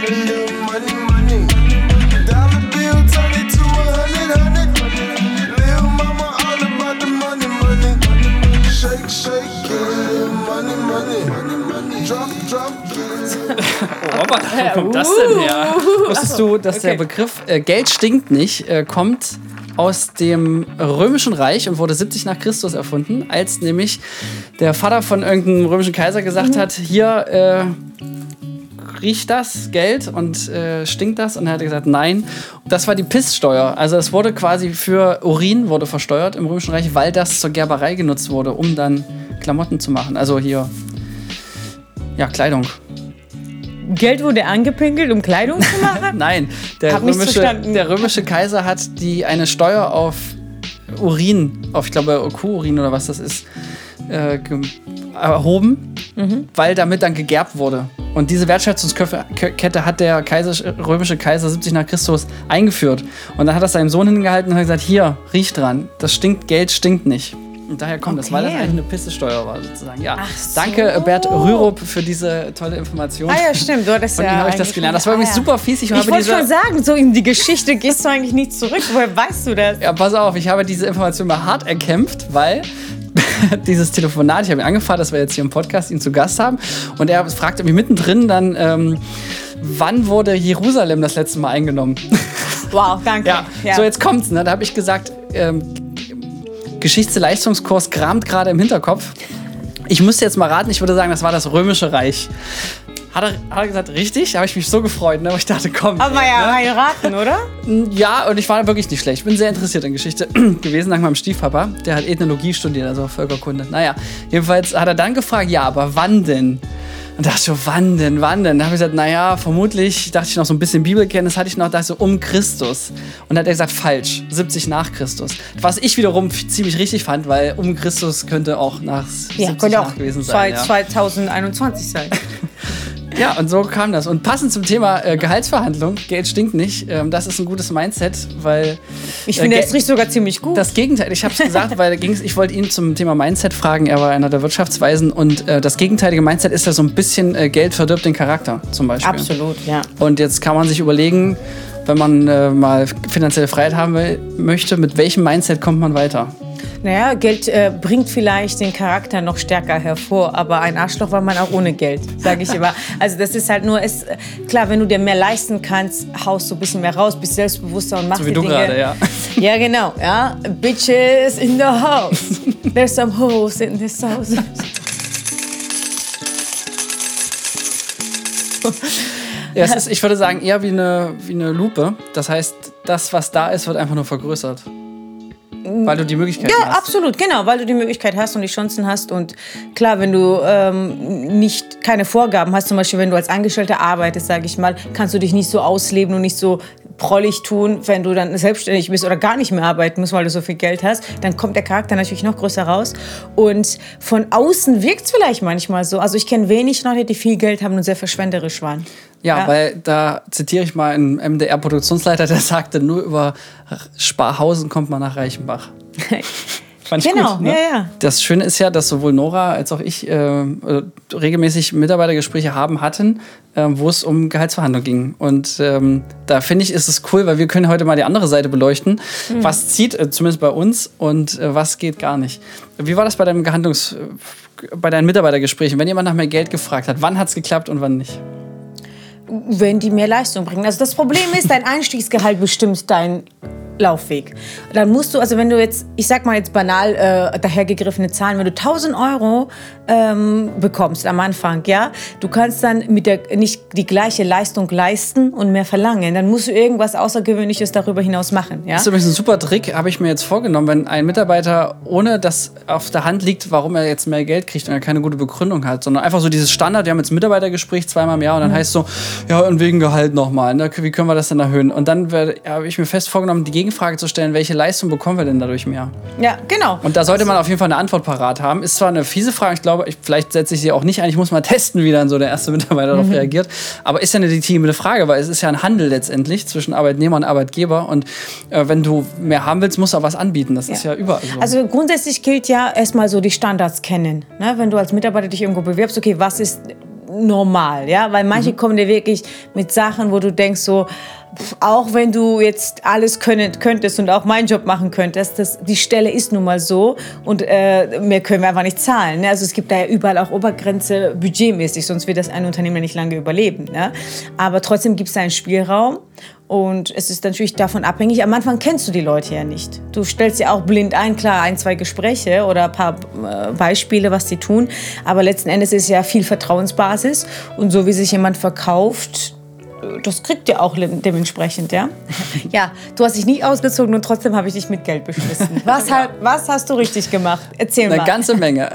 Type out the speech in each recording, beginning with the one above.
Robert, wo kommt das denn her? Wusstest du, dass der Begriff Geld stinkt nicht, kommt aus dem Römischen Reich und wurde 70 nach Christus erfunden, als nämlich der Vater von irgendeinem römischen Kaiser gesagt hat, hier riecht das Geld und stinkt das? Und er hat gesagt, nein. Das war die Pisssteuer. Also es wurde quasi für Urin wurde versteuert im Römischen Reich, weil das zur Gerberei genutzt wurde, um dann Klamotten zu machen. Also hier, ja, Kleidung. Geld wurde angepinkelt, um Kleidung zu machen? Nein, der römische Kaiser hat eine Steuer auf Urin, auf, ich glaube, Kuhurin oder was das ist, erhoben, weil damit dann gegerbt wurde. Und diese Wertschätzungskette hat der römische Kaiser 70 nach Christus eingeführt. Und dann hat er seinem Sohn hingehalten und hat gesagt, hier, riech dran, das stinkt, Geld stinkt nicht. Und daher kommt das, weil das eigentlich eine Pissesteuer war, sozusagen. Ja. So. Danke, Bert Rürup, für diese tolle Information. Ah ja, stimmt. Du hattest Von ihm habe ich das gelernt. Das war übrigens super fies. Ich wollte schon sagen, so in die Geschichte gehst du eigentlich nicht zurück. Woher weißt du das? Ja, pass auf, ich habe diese Information mal hart erkämpft, weil dieses Telefonat, ich habe ihn angefragt, dass wir jetzt hier im Podcast ihn zu Gast haben. Und er fragte mich mittendrin dann, wann wurde Jerusalem das letzte Mal eingenommen? Wow, danke. Ja. So, jetzt kommt's. Ne? Da habe ich gesagt, Geschichtsleistungskurs kramt gerade im Hinterkopf. Ich müsste jetzt mal raten, ich würde sagen, das war das Römische Reich. Hat er gesagt, richtig? Da habe ich mich so gefreut, ne? Aber ich dachte, komm. Aber ja, raten, oder? Ja, und ich war wirklich nicht schlecht. Ich bin sehr interessiert in Geschichte gewesen, dank meinem Stiefpapa. Der hat Ethnologie studiert, also Völkerkunde. Naja, jedenfalls hat er dann gefragt, ja, aber wann denn? Und dachte ich so, wann denn? Da habe ich gesagt, naja, vermutlich, dachte ich noch so ein bisschen Bibelkenntnis, hatte ich noch, dachte so, um Christus. Und dann hat er gesagt, falsch, 70 nach Christus. Was ich wiederum ziemlich richtig fand, weil um Christus könnte auch nach 70 nach gewesen sein. Ja, 2021 sein. Ja, und so kam das. Und passend zum Thema Gehaltsverhandlung, Geld stinkt nicht, das ist ein gutes Mindset, weil... Ich finde, das riecht sogar ziemlich gut. Das Gegenteil, ich habe es gesagt, weil ich wollte ihn zum Thema Mindset fragen, er war einer der Wirtschaftsweisen und das gegenteilige Mindset ist ja so ein bisschen, Geld verdirbt den Charakter zum Beispiel. Absolut, ja. Und jetzt kann man sich überlegen, wenn man mal finanzielle Freiheit haben möchte, mit welchem Mindset kommt man weiter? Naja, Geld bringt vielleicht den Charakter noch stärker hervor, aber ein Arschloch war man auch ohne Geld, sage ich immer. Also das ist halt nur, klar, wenn du dir mehr leisten kannst, haust du ein bisschen mehr raus, bist selbstbewusster und machst so wie die du Dinge. Gerade, ja. Ja, genau. Ja. Bitches in the house. There's some hoes in this house. Ja, ich würde sagen, eher wie eine Lupe. Das heißt, das, was da ist, wird einfach nur vergrößert. Weil du die Möglichkeit hast. Ja, absolut, genau, weil du die Möglichkeit hast und die Chancen hast. Und klar, wenn du keine Vorgaben hast, zum Beispiel wenn du als Angestellter arbeitest, sage ich mal, kannst du dich nicht so ausleben und nicht so prollig tun, wenn du dann selbstständig bist oder gar nicht mehr arbeiten musst, weil du so viel Geld hast, dann kommt der Charakter natürlich noch größer raus. Und von außen wirkt es vielleicht manchmal so. Also ich kenne wenig Leute, die viel Geld haben und sehr verschwenderisch waren. Ja, weil da zitiere ich mal einen MDR-Produktionsleiter, der sagte, nur über Sparhausen kommt man nach Reichenbach. Fand ich genau, gut, ne? Ja. Das Schöne ist ja, dass sowohl Nora als auch ich regelmäßig Mitarbeitergespräche hatten, wo es um Gehaltsverhandlungen ging. Und da finde ich, ist es cool, weil wir können heute mal die andere Seite beleuchten. Was zieht, zumindest bei uns, und was geht gar nicht. Wie war das bei deinen Mitarbeitergesprächen, wenn jemand nach mehr Geld gefragt hat? Wann hat es geklappt und wann nicht? Wenn die mehr Leistung bringen. Also das Problem ist, dein Einstiegsgehalt bestimmt deinen Laufweg. Dann musst du, also wenn du jetzt, ich sag mal jetzt banal dahergegriffene Zahlen, wenn du 1.000 Euro bekommst am Anfang, ja, du kannst dann nicht die gleiche Leistung leisten und mehr verlangen, dann musst du irgendwas Außergewöhnliches darüber hinaus machen, ja. Das ist übrigens ein super Trick, habe ich mir jetzt vorgenommen, wenn ein Mitarbeiter, ohne dass auf der Hand liegt, warum er jetzt mehr Geld kriegt und er keine gute Begründung hat, sondern einfach so dieses Standard, wir haben jetzt ein Mitarbeitergespräch 2-mal im Jahr und dann heißt es so, ja, und wegen Gehalt nochmal, ne? Wie können wir das denn erhöhen? Und dann habe ich mir fest vorgenommen, die Gegenfrage zu stellen, welche Leistung bekommen wir denn dadurch mehr? Ja, genau. Und da sollte man auf jeden Fall eine Antwort parat haben. Ist zwar eine fiese Frage, ich glaube, vielleicht setze ich sie auch nicht ein. Ich muss mal testen, wie dann so der erste Mitarbeiter darauf reagiert. Aber ist ja eine legitimte Frage, weil es ist ja ein Handel letztendlich zwischen Arbeitnehmer und Arbeitgeber. Und wenn du mehr haben willst, musst du auch was anbieten. Das ist ja überall so. Also grundsätzlich gilt ja erstmal so die Standards kennen. Ne? Wenn du als Mitarbeiter dich irgendwo bewirbst, okay, was ist normal, ja, weil manche kommen dir wirklich mit Sachen, wo du denkst so, auch wenn du jetzt alles könntest und auch meinen Job machen könntest, die Stelle ist nun mal so und mehr können wir einfach nicht zahlen. Ne? Also es gibt da ja überall auch Obergrenze budgetmäßig, sonst wird das ein Unternehmen nicht lange überleben. Ne? Aber trotzdem gibt es da einen Spielraum und es ist natürlich davon abhängig. Am Anfang kennst du die Leute ja nicht. Du stellst ja auch blind ein, klar, 1, 2 Gespräche oder ein paar Beispiele, was die tun. Aber letzten Endes ist ja viel Vertrauensbasis und so wie sich jemand verkauft, das kriegt ihr auch dementsprechend, ja? Ja, du hast dich nicht ausgezogen und trotzdem habe ich dich mit Geld beschmissen. Was hast du richtig gemacht? Erzähl mal. Eine ganze Menge.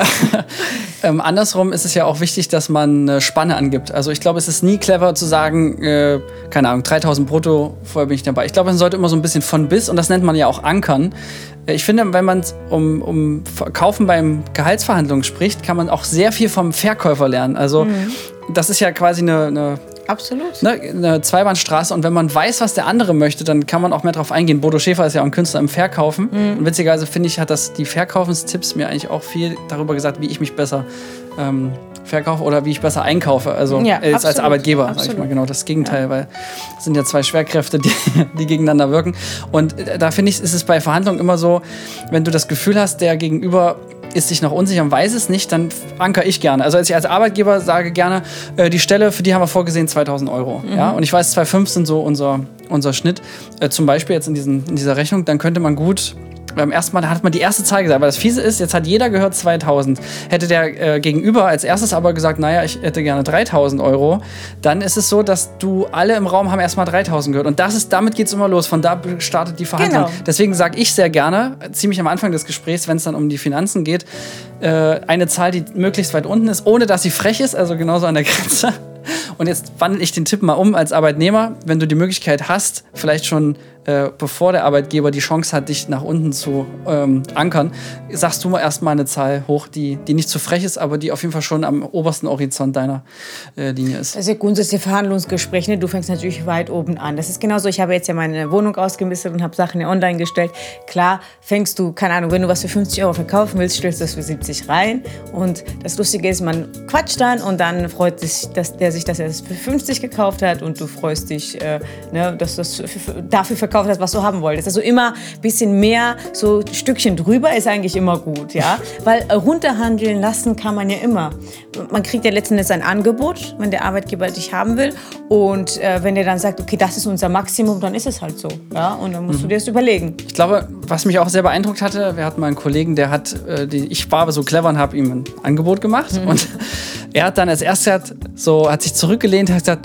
Andersrum ist es ja auch wichtig, dass man eine Spanne angibt. Also ich glaube, es ist nie clever zu sagen, keine Ahnung, 3.000 brutto, vorher bin ich dabei. Ich glaube, man sollte immer so ein bisschen von bis, und das nennt man ja auch Ankern. Ich finde, wenn man um Verkaufen beim Gehaltsverhandlungen spricht, kann man auch sehr viel vom Verkäufer lernen. Also das ist ja quasi Absolut. Eine Zweibahnstraße, und wenn man weiß, was der andere möchte, dann kann man auch mehr drauf eingehen. Bodo Schäfer ist ja auch ein Künstler im Verkaufen. Und witzigerweise finde ich, hat die Verkaufstipps mir eigentlich auch viel darüber gesagt, wie ich mich besser verkaufe oder wie ich besser einkaufe. Also als Arbeitgeber, sag ich mal, genau das Gegenteil, weil es sind ja zwei Schwerkräfte, die gegeneinander wirken. Und da finde ich, ist es bei Verhandlungen immer so, wenn du das Gefühl hast, der Gegenüber ist sich noch unsicher und weiß es nicht, dann ankere ich gerne. Also ich als Arbeitgeber sage gerne, die Stelle, für die haben wir vorgesehen 2.000 Euro. Ja? Und ich weiß, 2,5 sind so unser Schnitt. Zum Beispiel jetzt in dieser Rechnung, dann könnte man gut, beim ersten Mal hat man die erste Zahl gesagt, aber das Fiese ist, jetzt hat jeder gehört 2.000. Hätte der Gegenüber als erstes aber gesagt, naja, ich hätte gerne 3.000 Euro, dann ist es so, dass alle im Raum haben erstmal 3.000 gehört. Und damit geht es immer los. Von da startet die Verhandlung. Genau. Deswegen sage ich sehr gerne, ziemlich am Anfang des Gesprächs, wenn es dann um die Finanzen geht, eine Zahl, die möglichst weit unten ist, ohne dass sie frech ist, also genauso an der Grenze. Und jetzt wandle ich den Tipp mal um als Arbeitnehmer, wenn du die Möglichkeit hast, vielleicht schon bevor der Arbeitgeber die Chance hat, dich nach unten zu ankern, sagst du mal erstmal eine Zahl hoch, die nicht zu frech ist, aber die auf jeden Fall schon am obersten Horizont deiner Linie ist. Das ist ja grundsätzlich Verhandlungsgespräch, ne? Du fängst natürlich weit oben an. Das ist genauso, ich habe jetzt ja meine Wohnung ausgemistet und habe Sachen ja online gestellt. Klar, fängst du, keine Ahnung, wenn du was für 50 Euro verkaufen willst, stellst du das für 70 rein. Und das Lustige ist, man quatscht dann und dann freut sich, dass der sich das erst für 50 gekauft hat und du freust dich, dass du das dafür verkauft hast, was du haben wolltest. Also immer ein bisschen mehr, so ein Stückchen drüber ist eigentlich immer gut, ja. Weil runterhandeln lassen kann man ja immer. Man kriegt ja letzten Endes ein Angebot, wenn der Arbeitgeber dich haben will. Und wenn der dann sagt, okay, das ist unser Maximum, dann ist es halt so. Ja? Und dann musst du dir das überlegen. Ich glaube, was mich auch sehr beeindruckt hatte, wir hatten mal einen Kollegen, der hat, ich war so clever und habe ihm ein Angebot gemacht. Und er hat dann als erstes hat sich zurückgelehnt, hat gesagt,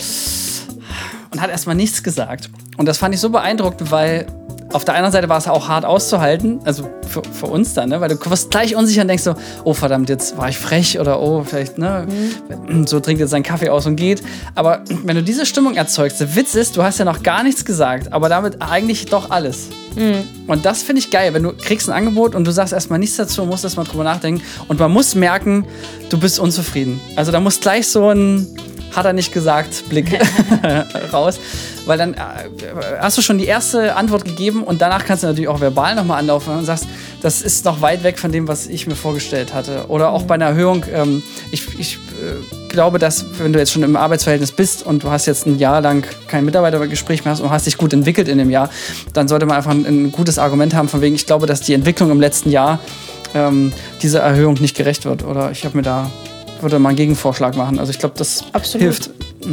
und hat erstmal nichts gesagt. Und das fand ich so beeindruckend, weil auf der einen Seite war es auch hart auszuhalten, also für uns dann, ne? Weil du wirst gleich unsicher und denkst so, oh verdammt, jetzt war ich frech oder oh, vielleicht, ne, so trinkt jetzt seinen Kaffee aus und geht. Aber wenn du diese Stimmung erzeugst, der Witz ist, du hast ja noch gar nichts gesagt, aber damit eigentlich doch alles. Und das finde ich geil, wenn du kriegst ein Angebot und du sagst erstmal nichts dazu, musst erstmal drüber nachdenken und man muss merken, du bist unzufrieden. Also da muss gleich so ein hat er nicht gesagt, Blick raus. Weil dann hast du schon die erste Antwort gegeben und danach kannst du natürlich auch verbal nochmal anlaufen und sagst, das ist noch weit weg von dem, was ich mir vorgestellt hatte. Oder auch bei einer Erhöhung, ich glaube, dass wenn du jetzt schon im Arbeitsverhältnis bist und du hast jetzt ein Jahr lang kein Mitarbeitergespräch mehr und hast dich gut entwickelt in dem Jahr, dann sollte man einfach ein gutes Argument haben, von wegen, ich glaube, dass die Entwicklung im letzten Jahr dieser Erhöhung nicht gerecht wird. Oder würde mal einen Gegenvorschlag machen. Also ich glaube, das hilft.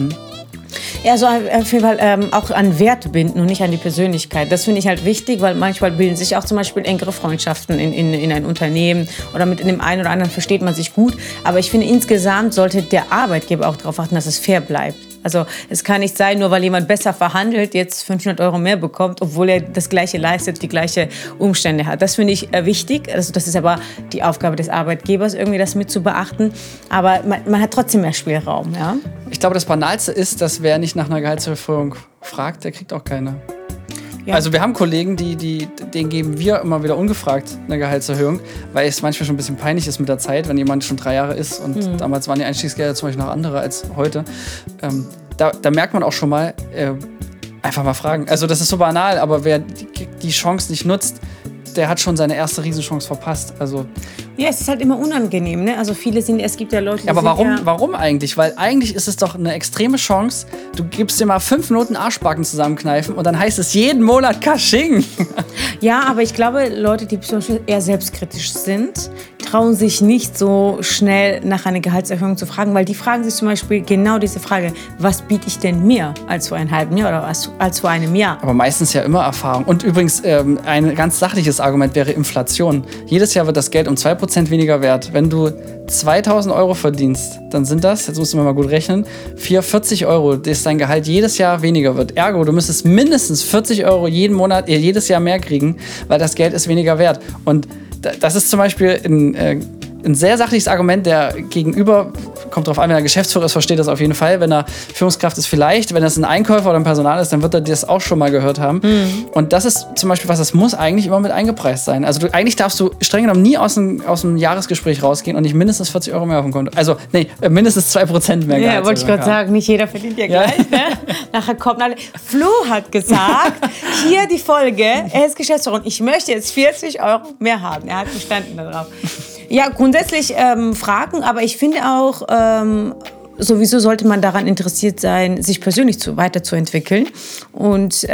Ja, so auf jeden Fall auch an Wert binden und nicht an die Persönlichkeit. Das finde ich halt wichtig, weil manchmal bilden sich auch zum Beispiel engere Freundschaften in ein Unternehmen oder mit dem einen oder anderen versteht man sich gut. Aber ich finde, insgesamt sollte der Arbeitgeber auch darauf achten, dass es fair bleibt. Also es kann nicht sein, nur weil jemand besser verhandelt, jetzt 500 Euro mehr bekommt, obwohl er das Gleiche leistet, die gleiche Umstände hat. Das finde ich wichtig. Also das ist aber die Aufgabe des Arbeitgebers, irgendwie das mit zu beachten. Aber man hat trotzdem mehr Spielraum. Ja? Ich glaube, das Banalste ist, dass wer nicht nach einer Gehaltserhöhung fragt, der kriegt auch keine. Ja. Also wir haben Kollegen, denen geben wir immer wieder ungefragt eine Gehaltserhöhung, weil es manchmal schon ein bisschen peinlich ist mit der Zeit, wenn jemand schon 3 Jahre ist und damals waren die Einstiegsgelder zum Beispiel noch andere als heute. Da merkt man auch schon mal, einfach mal fragen. Also das ist so banal, aber wer die Chance nicht nutzt, der hat schon seine erste Riesenchance verpasst. Also ja, es ist halt immer unangenehm, ne? Also es gibt ja Leute, die aber sind warum eigentlich? Weil eigentlich ist es doch eine extreme Chance, du gibst dir mal 5 Minuten Arschbacken zusammenkneifen und dann heißt es jeden Monat Kasching. Ja, aber ich glaube, Leute, die zum Beispiel eher selbstkritisch sind, trauen sich nicht so schnell nach einer Gehaltserhöhung zu fragen, weil die fragen sich zum Beispiel genau diese Frage, was biete ich denn mehr als vor einem halben Jahr oder als vor einem Jahr? Aber meistens ja immer Erfahrung. Und übrigens, ein ganz sachliches Argument wäre Inflation. Jedes Jahr wird das Geld um 2% weniger wert. Wenn du 2.000 Euro verdienst, dann sind das, jetzt musst du mal gut rechnen, 40 Euro, dass dein Gehalt jedes Jahr weniger wird. Ergo, du müsstest mindestens 40 Euro jedes Jahr mehr kriegen, weil das Geld ist weniger wert. Und das ist zum Beispiel ein sehr sachliches Argument, der gegenüber, kommt drauf an, wenn er Geschäftsführer ist, versteht das auf jeden Fall. Wenn er Führungskraft ist, vielleicht. Wenn das ein Einkäufer oder ein Personal ist, dann wird er das auch schon mal gehört haben. Mhm. Und das ist zum Beispiel was, das muss eigentlich immer mit eingepreist sein. Also eigentlich darfst du streng genommen nie aus dem Jahresgespräch rausgehen und nicht mindestens 40 Euro mehr auf dem Konto. Also, nee, mindestens 2% mehr Gehalt. Ja, wollte ich gerade sagen, nicht jeder verdient ja gleich. Ne? Nachher kommt alle. Flo hat gesagt, hier die Folge, er ist Geschäftsführer und ich möchte jetzt 40 Euro mehr haben. Er hat bestanden darauf. Ja, grundsätzlich Fragen, aber ich finde auch, sowieso sollte man daran interessiert sein, sich persönlich weiterzuentwickeln und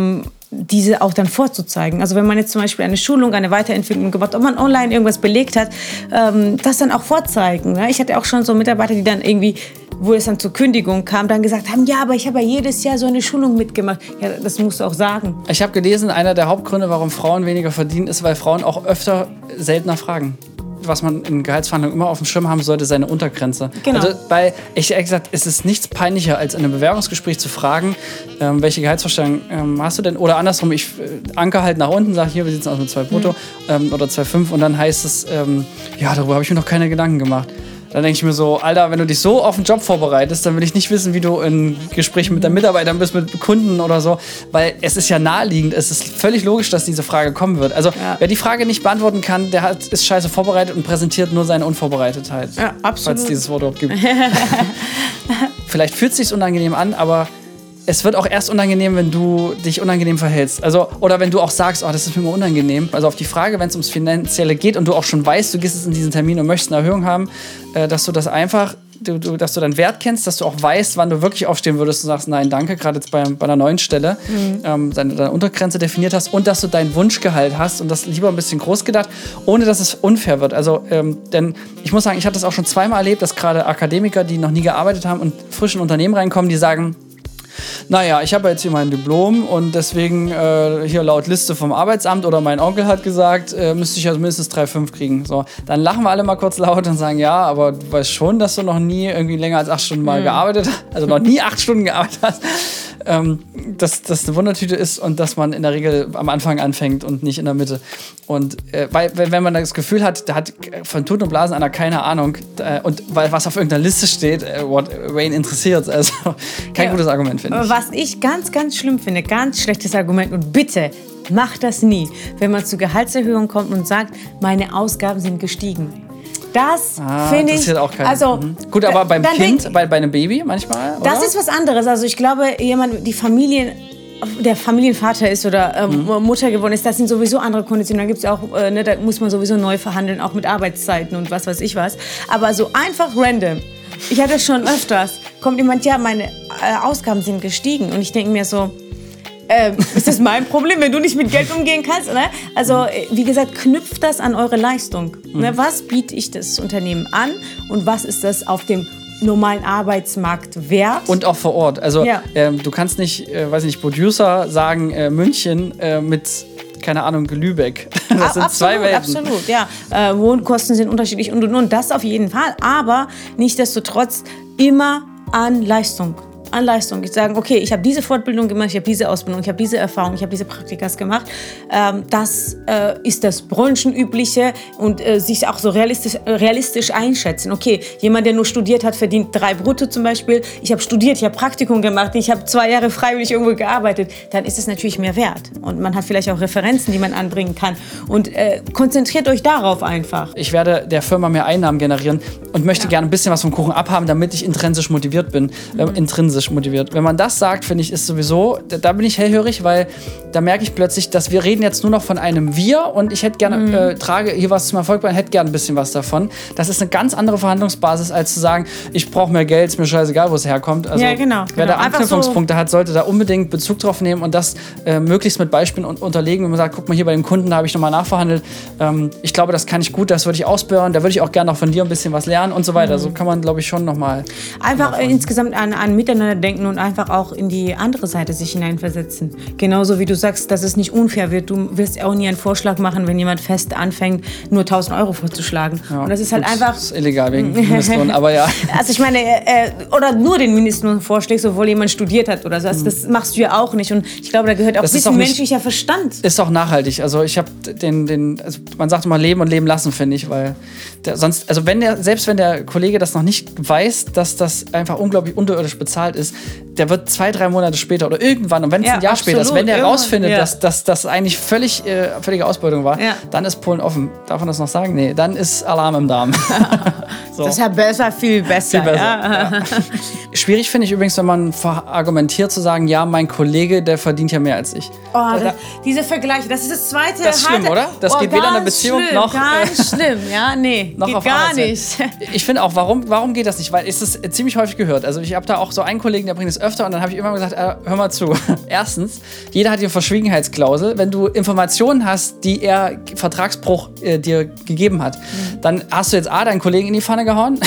diese auch dann vorzuzeigen. Also wenn man jetzt zum Beispiel eine Schulung, eine Weiterentwicklung gemacht hat, ob man online irgendwas belegt hat, das dann auch vorzeigen. Ne? Ich hatte auch schon so Mitarbeiter, die dann irgendwie, wo es dann zur Kündigung kam, dann gesagt haben, ja, aber ich habe ja jedes Jahr so eine Schulung mitgemacht. Ja, das musst du auch sagen. Ich habe gelesen, einer der Hauptgründe, warum Frauen weniger verdienen, ist, weil Frauen auch seltener fragen. Was man in Gehaltsverhandlungen immer auf dem Schirm haben sollte, seine Untergrenze. Genau. Also ehrlich gesagt, es ist nichts peinlicher, als in einem Bewerbungsgespräch zu fragen, welche Gehaltsvorstellung hast du denn? Oder andersrum, ich anker halt nach unten, sage, hier, wie sieht es aus mit 2 Brutto oder 2,5 und dann heißt es, ja, darüber habe ich mir noch keine Gedanken gemacht. Dann denke ich mir so, Alter, wenn du dich so auf den Job vorbereitest, dann will ich nicht wissen, wie du in Gesprächen mit deinen Mitarbeitern bist, mit Kunden oder so. Weil es ist ja naheliegend, es ist völlig logisch, dass diese Frage kommen wird. Also wer die Frage nicht beantworten kann, ist scheiße vorbereitet und präsentiert nur seine Unvorbereitetheit. Ja, absolut. Falls es dieses Wort überhaupt gibt. Vielleicht fühlt es sich unangenehm an, aber es wird auch erst unangenehm, wenn du dich unangenehm verhältst. Also, oder wenn du auch sagst, oh, das ist mir immer unangenehm. Also auf die Frage, wenn es ums Finanzielle geht und du auch schon weißt, du gehst jetzt in diesen Termin und möchtest eine Erhöhung haben, dass du das einfach, dass du deinen Wert kennst, dass du auch weißt, wann du wirklich aufstehen würdest und sagst, nein, danke, gerade jetzt bei einer neuen Stelle, deine Untergrenze definiert hast und dass du dein Wunschgehalt hast und das lieber ein bisschen groß gedacht, ohne dass es unfair wird. Also, denn ich muss sagen, ich hatte das auch schon zweimal erlebt, dass gerade Akademiker, die noch nie gearbeitet haben und frisch in Unternehmen reinkommen, die sagen, naja, ich habe jetzt hier mein Diplom und deswegen hier laut Liste vom Arbeitsamt oder mein Onkel hat gesagt, müsste ich also mindestens 3,5 kriegen. So, dann lachen wir alle mal kurz laut und sagen, ja, aber du weißt schon, dass du noch nie irgendwie länger als 8 Stunden mal gearbeitet hast, also noch nie 8 Stunden gearbeitet hast. Dass das eine Wundertüte ist und dass man in der Regel am Anfang anfängt und nicht in der Mitte. Und weil, wenn man das Gefühl hat, da hat von Tut und Blasen einer keine Ahnung und weil was auf irgendeiner Liste steht, wen interessiert, also kein gutes Argument, finde ich. Was ich ganz, ganz schlimm finde, ganz schlechtes Argument und bitte, macht das nie, wenn man zu Gehaltserhöhungen kommt und sagt, meine Ausgaben sind gestiegen. Das finde ich. Auch keinen. Also, gut, aber beim Kind, bei einem Baby manchmal? Oder? Das ist was anderes. Also ich glaube, der Familienvater ist oder Mutter geworden ist, das sind sowieso andere Konditionen. Da gibt es auch, da muss man sowieso neu verhandeln, auch mit Arbeitszeiten und was weiß ich was. Aber so einfach random. Ich hatte schon öfters, kommt jemand, ja, meine Ausgaben sind gestiegen. Und ich denke mir so, ist das mein Problem, wenn du nicht mit Geld umgehen kannst? Ne? Also, wie gesagt, knüpft das an eure Leistung. Ne? Was biete ich das Unternehmen an und was ist das auf dem normalen Arbeitsmarkt wert? Und auch vor Ort. Also, du kannst nicht, Producer sagen, München mit, keine Ahnung, Lübeck. Das sind zwei Welten. Absolut, ja. Wohnkosten sind unterschiedlich und das auf jeden Fall. Aber nichtsdestotrotz immer an Leistung. Ich sage, okay, ich habe diese Fortbildung gemacht, ich habe diese Ausbildung, ich habe diese Erfahrung, ich habe diese Praktikas gemacht. Das ist das branchenübliche und sich auch so realistisch einschätzen. Okay, jemand, der nur studiert hat, verdient 3 brutto zum Beispiel. Ich habe studiert, ich habe Praktikum gemacht, ich habe 2 Jahre freiwillig irgendwo gearbeitet. Dann ist es natürlich mehr wert. Und man hat vielleicht auch Referenzen, die man anbringen kann. Und konzentriert euch darauf einfach. Ich werde der Firma mehr Einnahmen generieren und möchte gerne ein bisschen was vom Kuchen abhaben, damit ich intrinsisch motiviert bin. Intrinsisch. intrinsisch motiviert. Wenn man das sagt, finde ich, ist sowieso, da bin ich hellhörig, weil da merke ich plötzlich, dass wir reden jetzt nur noch von einem Wir und ich hätte gerne, trage hier was zum Erfolg bei, hätte gerne ein bisschen was davon. Das ist eine ganz andere Verhandlungsbasis, als zu sagen, ich brauche mehr Geld, ist mir scheißegal, wo es herkommt. Also, wer da Anknüpfungspunkte hat, sollte da unbedingt Bezug drauf nehmen und das möglichst mit Beispielen unterlegen. Wenn man sagt, guck mal, hier bei dem Kunden, da habe ich nochmal nachverhandelt. Ich glaube, das kann ich gut, das würde ich ausbauen, da würde ich auch gerne noch von dir ein bisschen was lernen und so weiter. So kann man, glaube ich, schon nochmal... Einfach insgesamt an Miteinander denken und einfach auch in die andere Seite sich hineinversetzen. Genauso wie du sagst, dass es nicht unfair wird. Du wirst auch nie einen Vorschlag machen, wenn jemand fest anfängt, nur 1.000 Euro vorzuschlagen. Ja, und das ist halt einfach... Das ist illegal wegen Mindestlohn, aber ja. Also ich meine, oder nur den Mindestlohn vorschlägst, obwohl jemand studiert hat oder so. Also das machst du ja auch nicht. Und ich glaube, da gehört auch ein bisschen menschlicher Verstand. Ist auch nachhaltig. Also ich habe also man sagt immer leben und leben lassen, finde ich, weil sonst, also selbst wenn der Kollege das noch nicht weiß, dass das einfach unglaublich unterirdisch bezahlt ist, der wird 2-3 Monate später oder irgendwann, und wenn es ein Jahr später ist, wenn der rausfindet, dass das eigentlich völlige Ausbeutung war, dann ist Polen offen. Darf man das noch sagen? Nee, dann ist Alarm im Darm. So. Das ist ja besser, viel besser. Ja. Schwierig finde ich übrigens, wenn man argumentiert zu sagen, ja, mein Kollege, der verdient ja mehr als ich. Diese Vergleiche, das ist das zweite. Das ist schlimm, oder? Das geht weder in der Beziehung noch... Ganz schlimm, ja, nee, noch geht gar nicht. Ich finde auch, warum geht das nicht? Weil es ist ziemlich häufig gehört. Also ich habe da auch so einen Kollegen, der bringt es öfter und dann habe ich immer gesagt, hör mal zu. Erstens, jeder hat die Verschwiegenheitsklausel. Wenn du Informationen hast, die er Vertragsbruch dir gegeben hat, dann hast du jetzt A, deinen Kollegen in die Pfanne gehauen.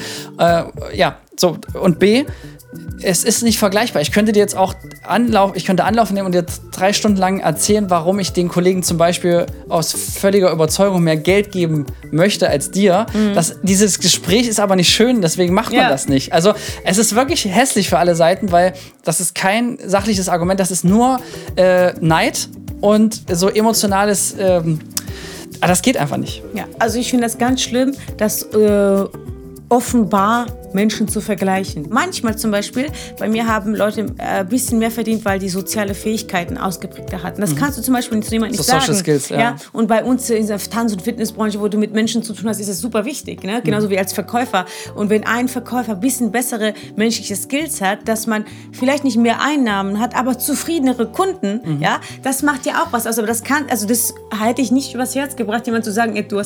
Und B, es ist nicht vergleichbar. Ich könnte dir jetzt auch Anlauf nehmen und dir 3 Stunden lang erzählen, warum ich den Kollegen zum Beispiel aus völliger Überzeugung mehr Geld geben möchte als dir. Dieses Gespräch ist aber nicht schön, deswegen macht man das nicht. Also es ist wirklich hässlich für alle Seiten, weil das ist kein sachliches Argument, das ist nur Neid und so emotionales... das geht einfach nicht. Ja, also ich finde das ganz schlimm, dass offenbar Menschen zu vergleichen. Manchmal zum Beispiel, bei mir haben Leute ein bisschen mehr verdient, weil die soziale Fähigkeiten ausgeprägter hatten. Das kannst du zum Beispiel zu jemandem nicht sagen. Social Skills, ja. Und bei uns in der Tanz- und Fitnessbranche, wo du mit Menschen zu tun hast, ist das super wichtig. Ne? Genauso wie als Verkäufer. Und wenn ein Verkäufer ein bisschen bessere menschliche Skills hat, dass man vielleicht nicht mehr Einnahmen hat, aber zufriedenere Kunden, ja, das macht ja auch was. Also das hätte ich nicht übers Herz gebracht, jemand zu sagen, du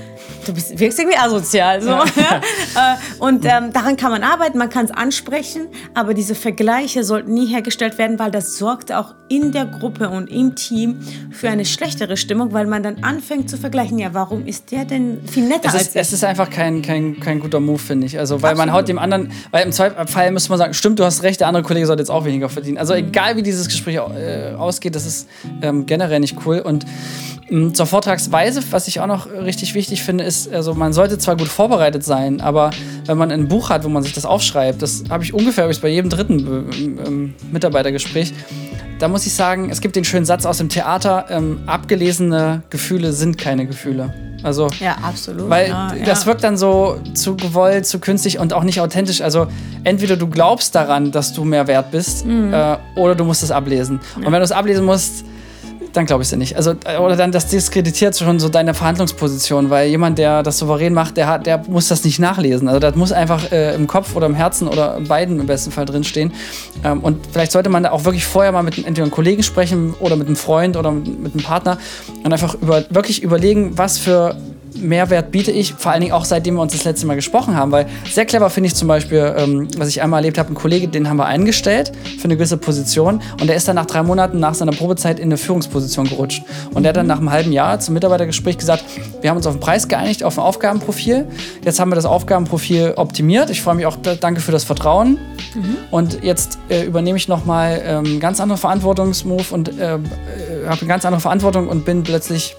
wirkst irgendwie asozial. So. Ja. Und daran kann man arbeiten, man kann es ansprechen, aber diese Vergleiche sollten nie hergestellt werden, weil das sorgt auch in der Gruppe und im Team für eine schlechtere Stimmung, weil man dann anfängt zu vergleichen, ja, warum ist der denn viel netter als ich? Es ist einfach kein guter Move, finde ich. Also, weil man haut dem anderen, weil im Zweifelsfall müsste man sagen, stimmt, du hast recht, der andere Kollege sollte jetzt auch weniger verdienen. Also egal, wie dieses Gespräch ausgeht, das ist generell nicht cool. Und zur Vortragsweise, was ich auch noch richtig wichtig finde, ist, also man sollte zwar gut vorbereitet sein, aber wenn man ein Buch hat, wo man sich das aufschreibt, das habe ich bei jedem dritten Mitarbeitergespräch, da muss ich sagen, es gibt den schönen Satz aus dem Theater, abgelesene Gefühle sind keine Gefühle. Also, ja, absolut. Weil das wirkt dann so zu gewollt, zu künstlich und auch nicht authentisch. Also entweder du glaubst daran, dass du mehr wert bist, oder du musst es ablesen. Ja. Und wenn du es ablesen musst, dann glaube ich es dir nicht. Also, oder dann, das diskreditiert schon so deine Verhandlungsposition, weil jemand, der das souverän macht, der muss das nicht nachlesen. Also das muss einfach im Kopf oder im Herzen oder beiden im besten Fall drinstehen. Und vielleicht sollte man da auch wirklich vorher mal mit entweder einem Kollegen sprechen oder mit einem Freund oder mit einem Partner und einfach wirklich überlegen, was für Mehrwert biete ich, vor allen Dingen auch seitdem wir uns das letzte Mal gesprochen haben, weil sehr clever finde ich zum Beispiel, was ich einmal erlebt habe, ein Kollege, den haben wir eingestellt für eine gewisse Position und der ist dann nach 3 Monaten nach seiner Probezeit in eine Führungsposition gerutscht und der hat dann nach einem halben Jahr zum Mitarbeitergespräch gesagt, wir haben uns auf den Preis geeinigt, auf ein Aufgabenprofil, jetzt haben wir das Aufgabenprofil optimiert, ich freue mich auch, danke für das Vertrauen und jetzt übernehme ich nochmal einen ganz anderen Verantwortungsmove und habe eine ganz andere Verantwortung und bin plötzlich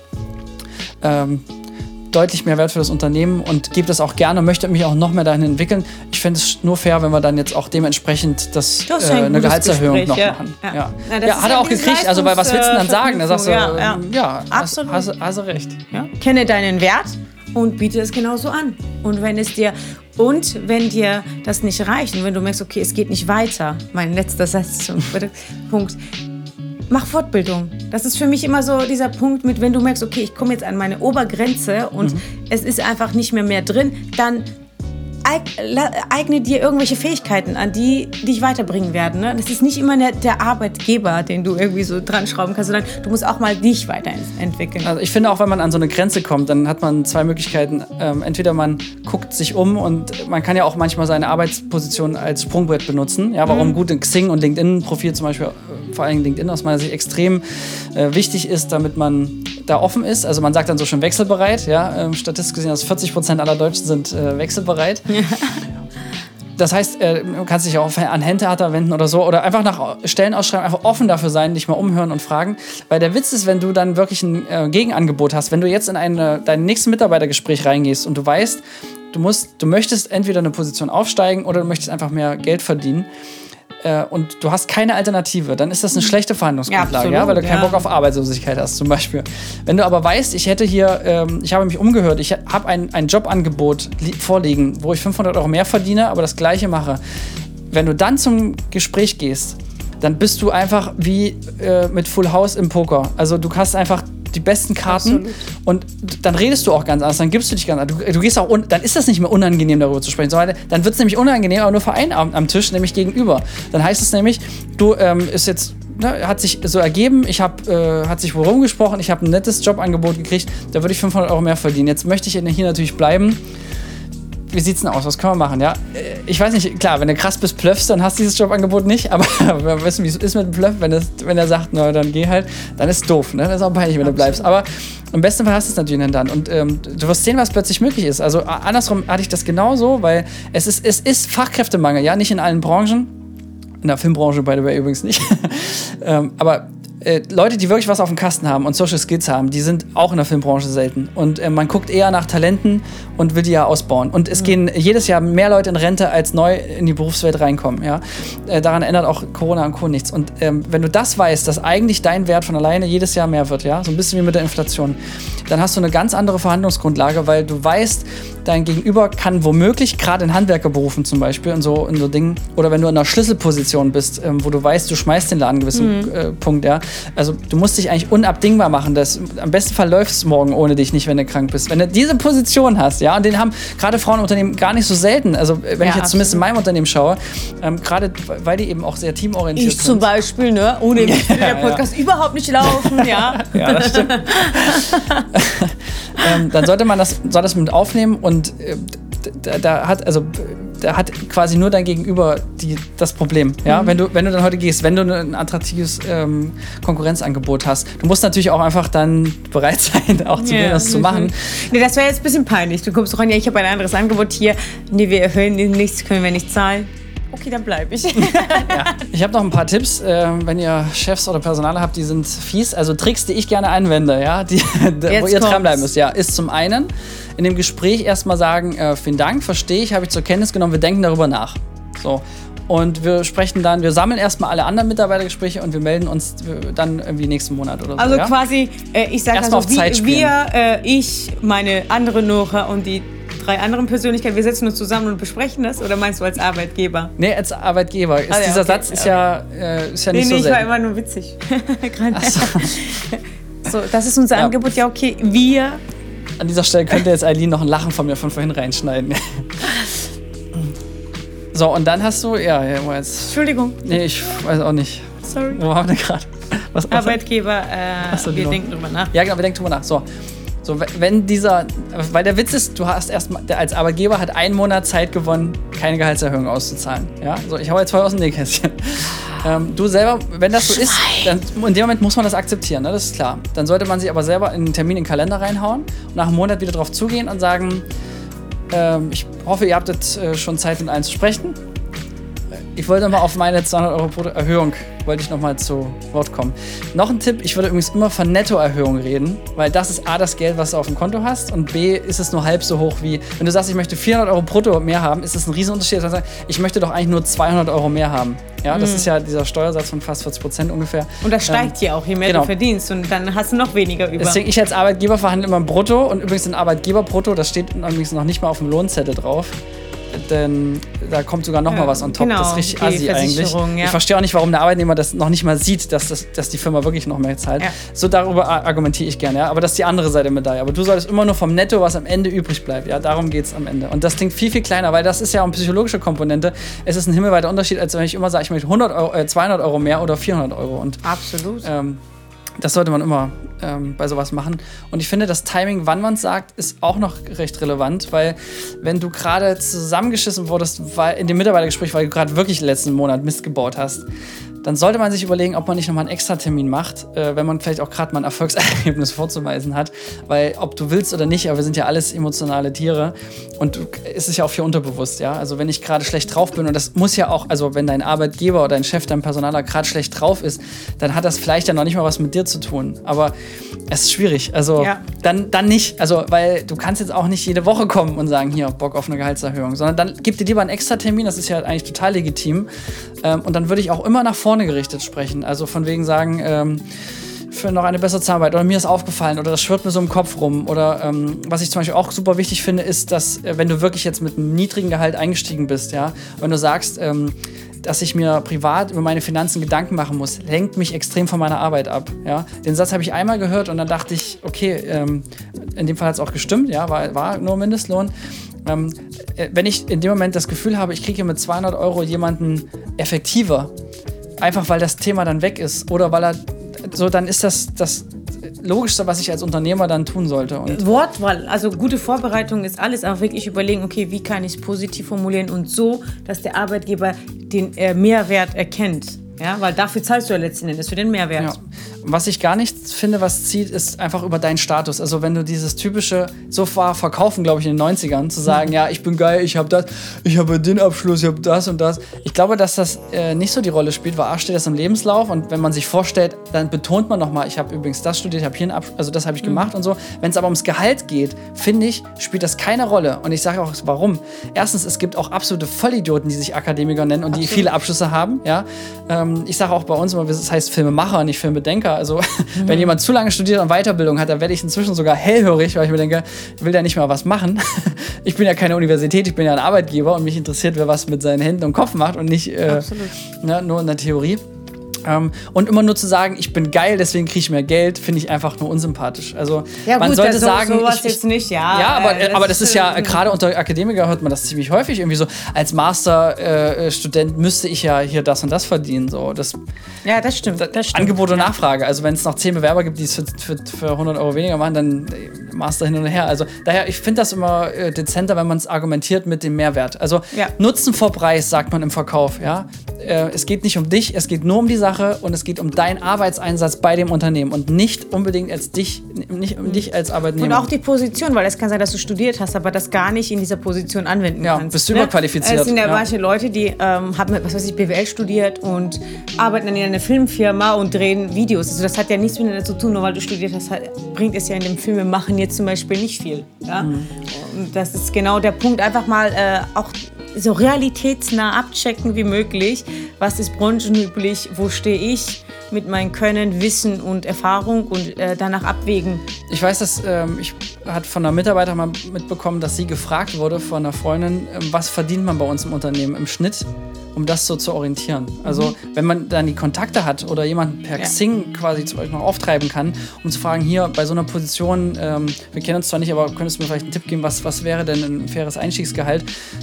deutlich mehr Wert für das Unternehmen und gebe das auch gerne und möchte mich auch noch mehr dahin entwickeln. Ich fände es nur fair, wenn wir dann jetzt auch dementsprechend eine Gehaltserhöhung Gespräch, noch machen. Ja. Hat er auch gekriegt. Also, weil was willst du denn dann sagen? Da sagst du, absolut. Hast du recht. Ja. Kenne deinen Wert und biete es genauso an. Und wenn dir das nicht reicht und wenn du merkst, okay, es geht nicht weiter, mein letzter Satz zum Punkt, mach Fortbildung. Das ist für mich immer so dieser Punkt mit, wenn du merkst, okay, ich komme jetzt an meine Obergrenze und es ist einfach nicht mehr drin, dann eigne dir irgendwelche Fähigkeiten an, die dich weiterbringen werden. Ne? Das ist nicht immer der Arbeitgeber, den du irgendwie so dran schrauben kannst, sondern du musst auch mal dich weiterentwickeln. Also ich finde auch, wenn man an so eine Grenze kommt, dann hat man 2 Möglichkeiten. Entweder man guckt sich um und man kann ja auch manchmal seine Arbeitsposition als Sprungbrett benutzen. Ja, warum gut ein Xing- und LinkedIn-Profil zum Beispiel, vor allem LinkedIn aus meiner Sicht extrem wichtig ist, damit man da offen ist. Also man sagt dann so schon wechselbereit. Ja? Statistisch gesehen, dass 40% aller Deutschen sind wechselbereit. Das heißt, du kannst dich auch an Handtheater wenden oder so oder einfach nach Stellen ausschreiben, einfach offen dafür sein, dich mal umhören und fragen. Weil der Witz ist, wenn du dann wirklich ein Gegenangebot hast, wenn du jetzt in dein nächstes Mitarbeitergespräch reingehst und du weißt, du möchtest entweder eine Position aufsteigen oder du möchtest einfach mehr Geld verdienen, und du hast keine Alternative, dann ist das eine schlechte Verhandlungsgrundlage, ja, weil du keinen Bock auf Arbeitslosigkeit hast zum Beispiel. Wenn du aber weißt, ich habe mich umgehört, ich habe ein Jobangebot vorliegen, wo ich 500 Euro mehr verdiene, aber das Gleiche mache. Wenn du dann zum Gespräch gehst, dann bist du einfach wie mit Full House im Poker. Also du hast einfach die besten Karten. Absolut. Und dann redest du auch ganz anders, dann gibst du dich ganz anders. Du gehst auch, dann ist das nicht mehr unangenehm, darüber zu sprechen, sondern dann wird es nämlich unangenehm, aber nur für einen am Tisch, nämlich gegenüber. Dann heißt es nämlich, du ist jetzt, hat sich so ergeben, hat sich wohl rumgesprochen, ich habe ein nettes Jobangebot gekriegt, da würde ich 500 Euro mehr verdienen. Jetzt möchte ich hier natürlich bleiben. Wie sieht's denn aus? Was können wir machen? Ja, ich weiß nicht, klar, wenn du krass bist, plöffst, dann hast du dieses Jobangebot nicht, aber wir wissen, wie es ist mit dem Plöff, wenn er sagt, na, dann geh halt, dann ist doof, ne? Das ist auch peinlich, wenn du bleibst. Aber im besten Fall hast du es natürlich dann. Und du wirst sehen, was plötzlich möglich ist. Also andersrum hatte ich das genauso, weil es ist Fachkräftemangel, ja, nicht in allen Branchen. In der Filmbranche, by the way, übrigens nicht. Aber Leute, die wirklich was auf dem Kasten haben und Social Skills haben, die sind auch in der Filmbranche selten. Und man guckt eher nach Talenten und will die ja ausbauen. Und es gehen jedes Jahr mehr Leute in Rente, als neu in die Berufswelt reinkommen. Ja? Daran ändert auch Corona und Co. nichts. Und wenn du das weißt, dass eigentlich dein Wert von alleine jedes Jahr mehr wird, ja? So ein bisschen wie mit der Inflation, dann hast du eine ganz andere Verhandlungsgrundlage, weil du weißt, dein Gegenüber kann womöglich, gerade in Handwerkerberufen zum Beispiel, in so Dingen, oder wenn du in einer Schlüsselposition bist, wo du weißt, du schmeißt den Laden an gewissen Punkt, ja. Also du musst dich eigentlich unabdingbar machen. Am besten Fall läuft es morgen ohne dich nicht, wenn du krank bist. Wenn du diese Position hast, ja, und den haben gerade Frauenunternehmen gar nicht so selten, also wenn ich jetzt zumindest in meinem Unternehmen schaue, gerade weil die eben auch sehr teamorientiert sind. Ich zum Beispiel, ne? Ohne mich würde der Podcast überhaupt nicht laufen, ja. Ja, das stimmt. Dann sollte man das mit aufnehmen und da hat quasi nur dein Gegenüber das Problem. Ja? Wenn du dann heute gehst, wenn du ein attraktives Konkurrenzangebot hast. Du musst natürlich auch einfach dann bereit sein, auch zu gehen, das zu machen. Nee, das wäre jetzt ein bisschen peinlich. Du kommst rein, ja, ich habe ein anderes Angebot hier. Nee, wir erhöhen nichts, können wir nicht zahlen. Okay, dann bleibe ich. Ja. Ich habe noch ein paar Tipps, wenn ihr Chefs oder Personale habt, die sind fies. Also Tricks, die ich gerne anwende, ja, wo ihr dranbleiben müsst. Ja, ist zum einen in dem Gespräch erstmal sagen, vielen Dank, verstehe ich, habe ich zur Kenntnis genommen, wir denken darüber nach. So. Und wir sammeln erstmal alle anderen Mitarbeitergespräche und wir melden uns dann irgendwie nächsten Monat oder so. Also ja? quasi, ich sage also, ich, meine andere Nora und die 3 anderen Persönlichkeiten, wir setzen uns zusammen und besprechen das? Oder meinst du als Arbeitgeber? Nee, als Arbeitgeber. Dieser Satz ist ja nicht so selten. Ich war immer nur witzig. So, das ist unser Angebot. Ja, okay, wir... An dieser Stelle könnte jetzt Eileen noch ein Lachen von mir von vorhin reinschneiden. So, und dann hast du... Entschuldigung. Nee, ich weiß auch nicht. Sorry. Wo haben wir gerade? Arbeitgeber, wir denken drüber nach. Ja, genau, wir denken drüber nach. So, weil der Witz ist, du hast erstmal, als Arbeitgeber hat 1 Monat Zeit gewonnen, keine Gehaltserhöhung auszuzahlen. Ja? So, ich hau jetzt voll aus dem Nähkästchen. Du selber, wenn das so ist, dann in dem Moment muss man das akzeptieren, ne? Das ist klar. Dann sollte man sich aber selber einen Termin in den Kalender reinhauen und nach einem Monat wieder drauf zugehen und sagen, ich hoffe, ihr habt jetzt schon Zeit, mit allen zu sprechen. Ich wollte mal auf meine 200 Euro pro Erhöhung, wollte ich noch mal zu Wort kommen. Noch ein Tipp, ich würde übrigens immer von Nettoerhöhung reden, weil das ist A, das Geld, was du auf dem Konto hast, und B, ist es nur halb so hoch wie, wenn du sagst, ich möchte 400 Euro brutto mehr haben, ist das ein Riesenunterschied. Ich möchte doch eigentlich nur 200 Euro mehr haben. Ja, das ist ja dieser Steuersatz von fast 40% ungefähr. Und das steigt ja auch, je mehr du verdienst, und dann hast du noch weniger über. Deswegen, ich als Arbeitgeber verhandle immer brutto, und übrigens ein Arbeitgeber brutto, das steht übrigens noch nicht mal auf dem Lohnzettel drauf. denn da kommt sogar noch mal was on top. Genau, das ist richtig assi eigentlich. Ja. Ich verstehe auch nicht, warum der Arbeitnehmer das noch nicht mal sieht, dass die Firma wirklich noch mehr zahlt. Ja. So darüber argumentiere ich gerne, ja. Aber das ist die andere Seite der Medaille. Aber du solltest immer nur vom Netto, was am Ende übrig bleibt. Ja, darum geht es am Ende. Und das klingt viel, viel kleiner, weil das ist ja auch eine psychologische Komponente. Es ist ein himmelweiter Unterschied, als wenn ich immer sage, ich möchte 200 Euro mehr oder 400 Euro. Und, absolut. Das sollte man immer bei sowas machen. Und ich finde, das Timing, wann man es sagt, ist auch noch recht relevant, weil wenn du gerade zusammengeschissen wurdest in dem Mitarbeitergespräch, weil du gerade wirklich letzten Monat Mist gebaut hast, dann sollte man sich überlegen, ob man nicht nochmal einen Extra-Termin macht, wenn man vielleicht auch gerade mal ein Erfolgsergebnis vorzuweisen hat. Weil ob du willst oder nicht, aber wir sind ja alles emotionale Tiere und es ist ja auch viel unterbewusst, ja. Also wenn ich gerade schlecht drauf bin und das muss ja auch, also wenn dein Arbeitgeber oder dein Chef, dein Personaler gerade schlecht drauf ist, dann hat das vielleicht ja noch nicht mal was mit dir zu tun. Aber es ist schwierig, also dann nicht, also weil du kannst jetzt auch nicht jede Woche kommen und sagen, hier, Bock auf eine Gehaltserhöhung, sondern dann gib dir lieber einen Extra-Termin, das ist ja eigentlich total legitim und dann würde ich auch immer nach vorne gerichtet sprechen, also von wegen sagen, für noch eine bessere Zusammenarbeit oder mir ist aufgefallen oder das schwirrt mir so im Kopf rum oder was ich zum Beispiel auch super wichtig finde, ist, dass wenn du wirklich jetzt mit einem niedrigen Gehalt eingestiegen bist, ja, wenn du sagst, dass ich mir privat über meine Finanzen Gedanken machen muss, lenkt mich extrem von meiner Arbeit ab. Ja? Den Satz habe ich einmal gehört und dann dachte ich, okay, in dem Fall hat es auch gestimmt, ja, war nur Mindestlohn. Wenn ich in dem Moment das Gefühl habe, ich kriege hier mit 200 Euro jemanden effektiver, einfach weil das Thema dann weg ist oder weil er so, dann ist das Logischste, was ich als Unternehmer dann tun sollte. Und Wortwahl, also gute Vorbereitung ist alles, aber wirklich überlegen, okay, wie kann ich es positiv formulieren und so, dass der Arbeitgeber den Mehrwert erkennt. Ja, weil dafür zahlst du ja letzten Endes, für den Mehrwert. Ja. Was ich gar nicht finde, was zieht, ist einfach über deinen Status. Also wenn du dieses typische, so war Verkaufen, glaube ich, in den 90ern, zu sagen, ja, ich bin geil, ich habe das, ich habe den Abschluss, ich habe das und das. Ich glaube, dass das nicht so die Rolle spielt, weil steht das im Lebenslauf und wenn man sich vorstellt, dann betont man nochmal, ich habe übrigens das studiert, ich habe hier einen Abschluss, also das habe ich gemacht und so. Wenn es aber ums Gehalt geht, finde ich, spielt das keine Rolle. Und ich sage auch, warum. Erstens, es gibt auch absolute Vollidioten, die sich Akademiker nennen und die viele Abschlüsse haben, ja. Ich sage auch bei uns immer, das heißt Filmemacher, nicht Filmbedenker. Also wenn jemand zu lange studiert und Weiterbildung hat, dann werde ich inzwischen sogar hellhörig, weil ich mir denke, will der nicht mal was machen? Ich bin ja keine Universität, ich bin ja ein Arbeitgeber und mich interessiert, wer was mit seinen Händen und Kopf macht und nicht nur in der Theorie. Und immer nur zu sagen, ich bin geil, deswegen kriege ich mehr Geld, finde ich einfach nur unsympathisch. Also ja, man sollte sagen, sowas jetzt nicht, aber das ist ja gerade unter Akademikern hört man das ziemlich häufig irgendwie so. Als Masterstudent müsste ich ja hier das und das verdienen. So. Das stimmt. Angebot und Nachfrage. Also wenn es noch 10 Bewerber gibt, die es für 100 Euro weniger machen, dann Master hin und her. Also daher, ich finde das immer dezenter, wenn man es argumentiert mit dem Mehrwert. Also Nutzen vor Preis, sagt man im Verkauf. Ja? Es geht nicht um dich, es geht nur um die Sache und es geht um deinen Arbeitseinsatz bei dem Unternehmen und nicht unbedingt nicht um dich als Arbeitnehmer. Und auch die Position, weil es kann sein, dass du studiert hast, aber das gar nicht in dieser Position anwenden kannst. Ja, bist du überqualifiziert. Es sind ja manche Leute, die haben, BWL studiert und arbeiten dann in einer Filmfirma und drehen Videos. Also das hat ja nichts miteinander zu tun, nur weil du studiert hast, bringt es ja in dem Filmemachen jetzt zum Beispiel nicht viel. Ja? Und das ist genau der Punkt, einfach mal auch so realitätsnah abchecken wie möglich. Was ist branchenüblich? Wo stehe ich mit meinem Können, Wissen und Erfahrung und danach abwägen? Ich weiß, dass ich hatte von einer Mitarbeiterin mal mitbekommen, dass sie gefragt wurde von einer Freundin, was verdient man bei uns im Unternehmen im Schnitt, um das so zu orientieren. Also wenn man dann die Kontakte hat oder jemanden per Xing quasi zum Beispiel noch auftreiben kann, um zu fragen, hier bei so einer Position, wir kennen uns zwar nicht, aber könntest du mir vielleicht einen Tipp geben, was wäre denn ein faires Einstiegsgehalt?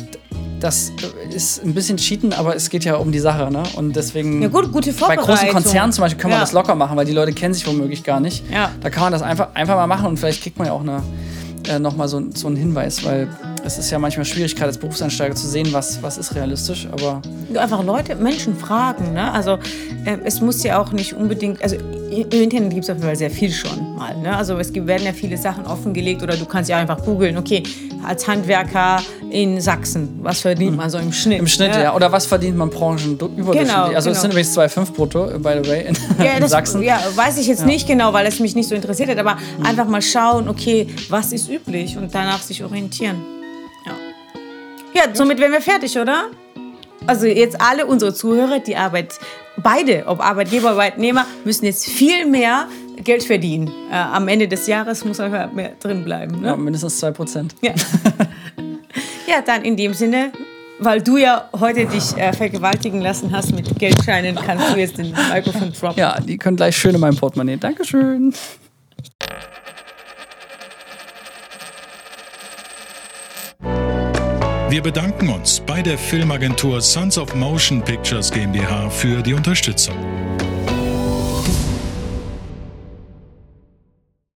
Das ist ein bisschen cheaten, aber es geht ja um die Sache, ne? Und deswegen, gute Vorbereitung. Bei großen Konzernen zum Beispiel kann man das locker machen, weil die Leute kennen sich womöglich gar nicht. Ja. Da kann man das einfach mal machen und vielleicht kriegt man ja auch nochmal so einen Hinweis, weil es ist ja manchmal Schwierigkeit als Berufseinsteiger zu sehen, was ist realistisch, aber... Einfach Menschen fragen, ne? Also es muss ja auch nicht unbedingt, also im Internet gibt es auf jeden Fall sehr viel schon mal, ne? Also werden ja viele Sachen offengelegt oder du kannst ja einfach googeln, okay, als Handwerker in Sachsen, was verdient man so im Schnitt? Im Schnitt, ja. Oder was verdient man branchenüberdurchschnittlich? Genau, also es sind übrigens 2,5 brutto, by the way, in Sachsen. Ja, weiß ich jetzt nicht genau, weil es mich nicht so interessiert hat, aber einfach mal schauen, okay, was ist üblich und danach sich orientieren. Ja, somit wären wir fertig, oder? Also jetzt alle unsere Zuhörer, die beide, ob Arbeitgeber oder Arbeitnehmer, müssen jetzt viel mehr Geld verdienen. Am Ende des Jahres muss einfach mehr drin bleiben. Ne? Ja, mindestens 2%. Ja. Ja, dann in dem Sinne, weil du ja heute dich vergewaltigen lassen hast mit Geldscheinen, kannst du jetzt den Mikrofon droppen. Ja, die können gleich schön in meinem Portemonnaie. Dankeschön. Wir bedanken uns bei der Filmagentur Sons of Motion Pictures GmbH für die Unterstützung.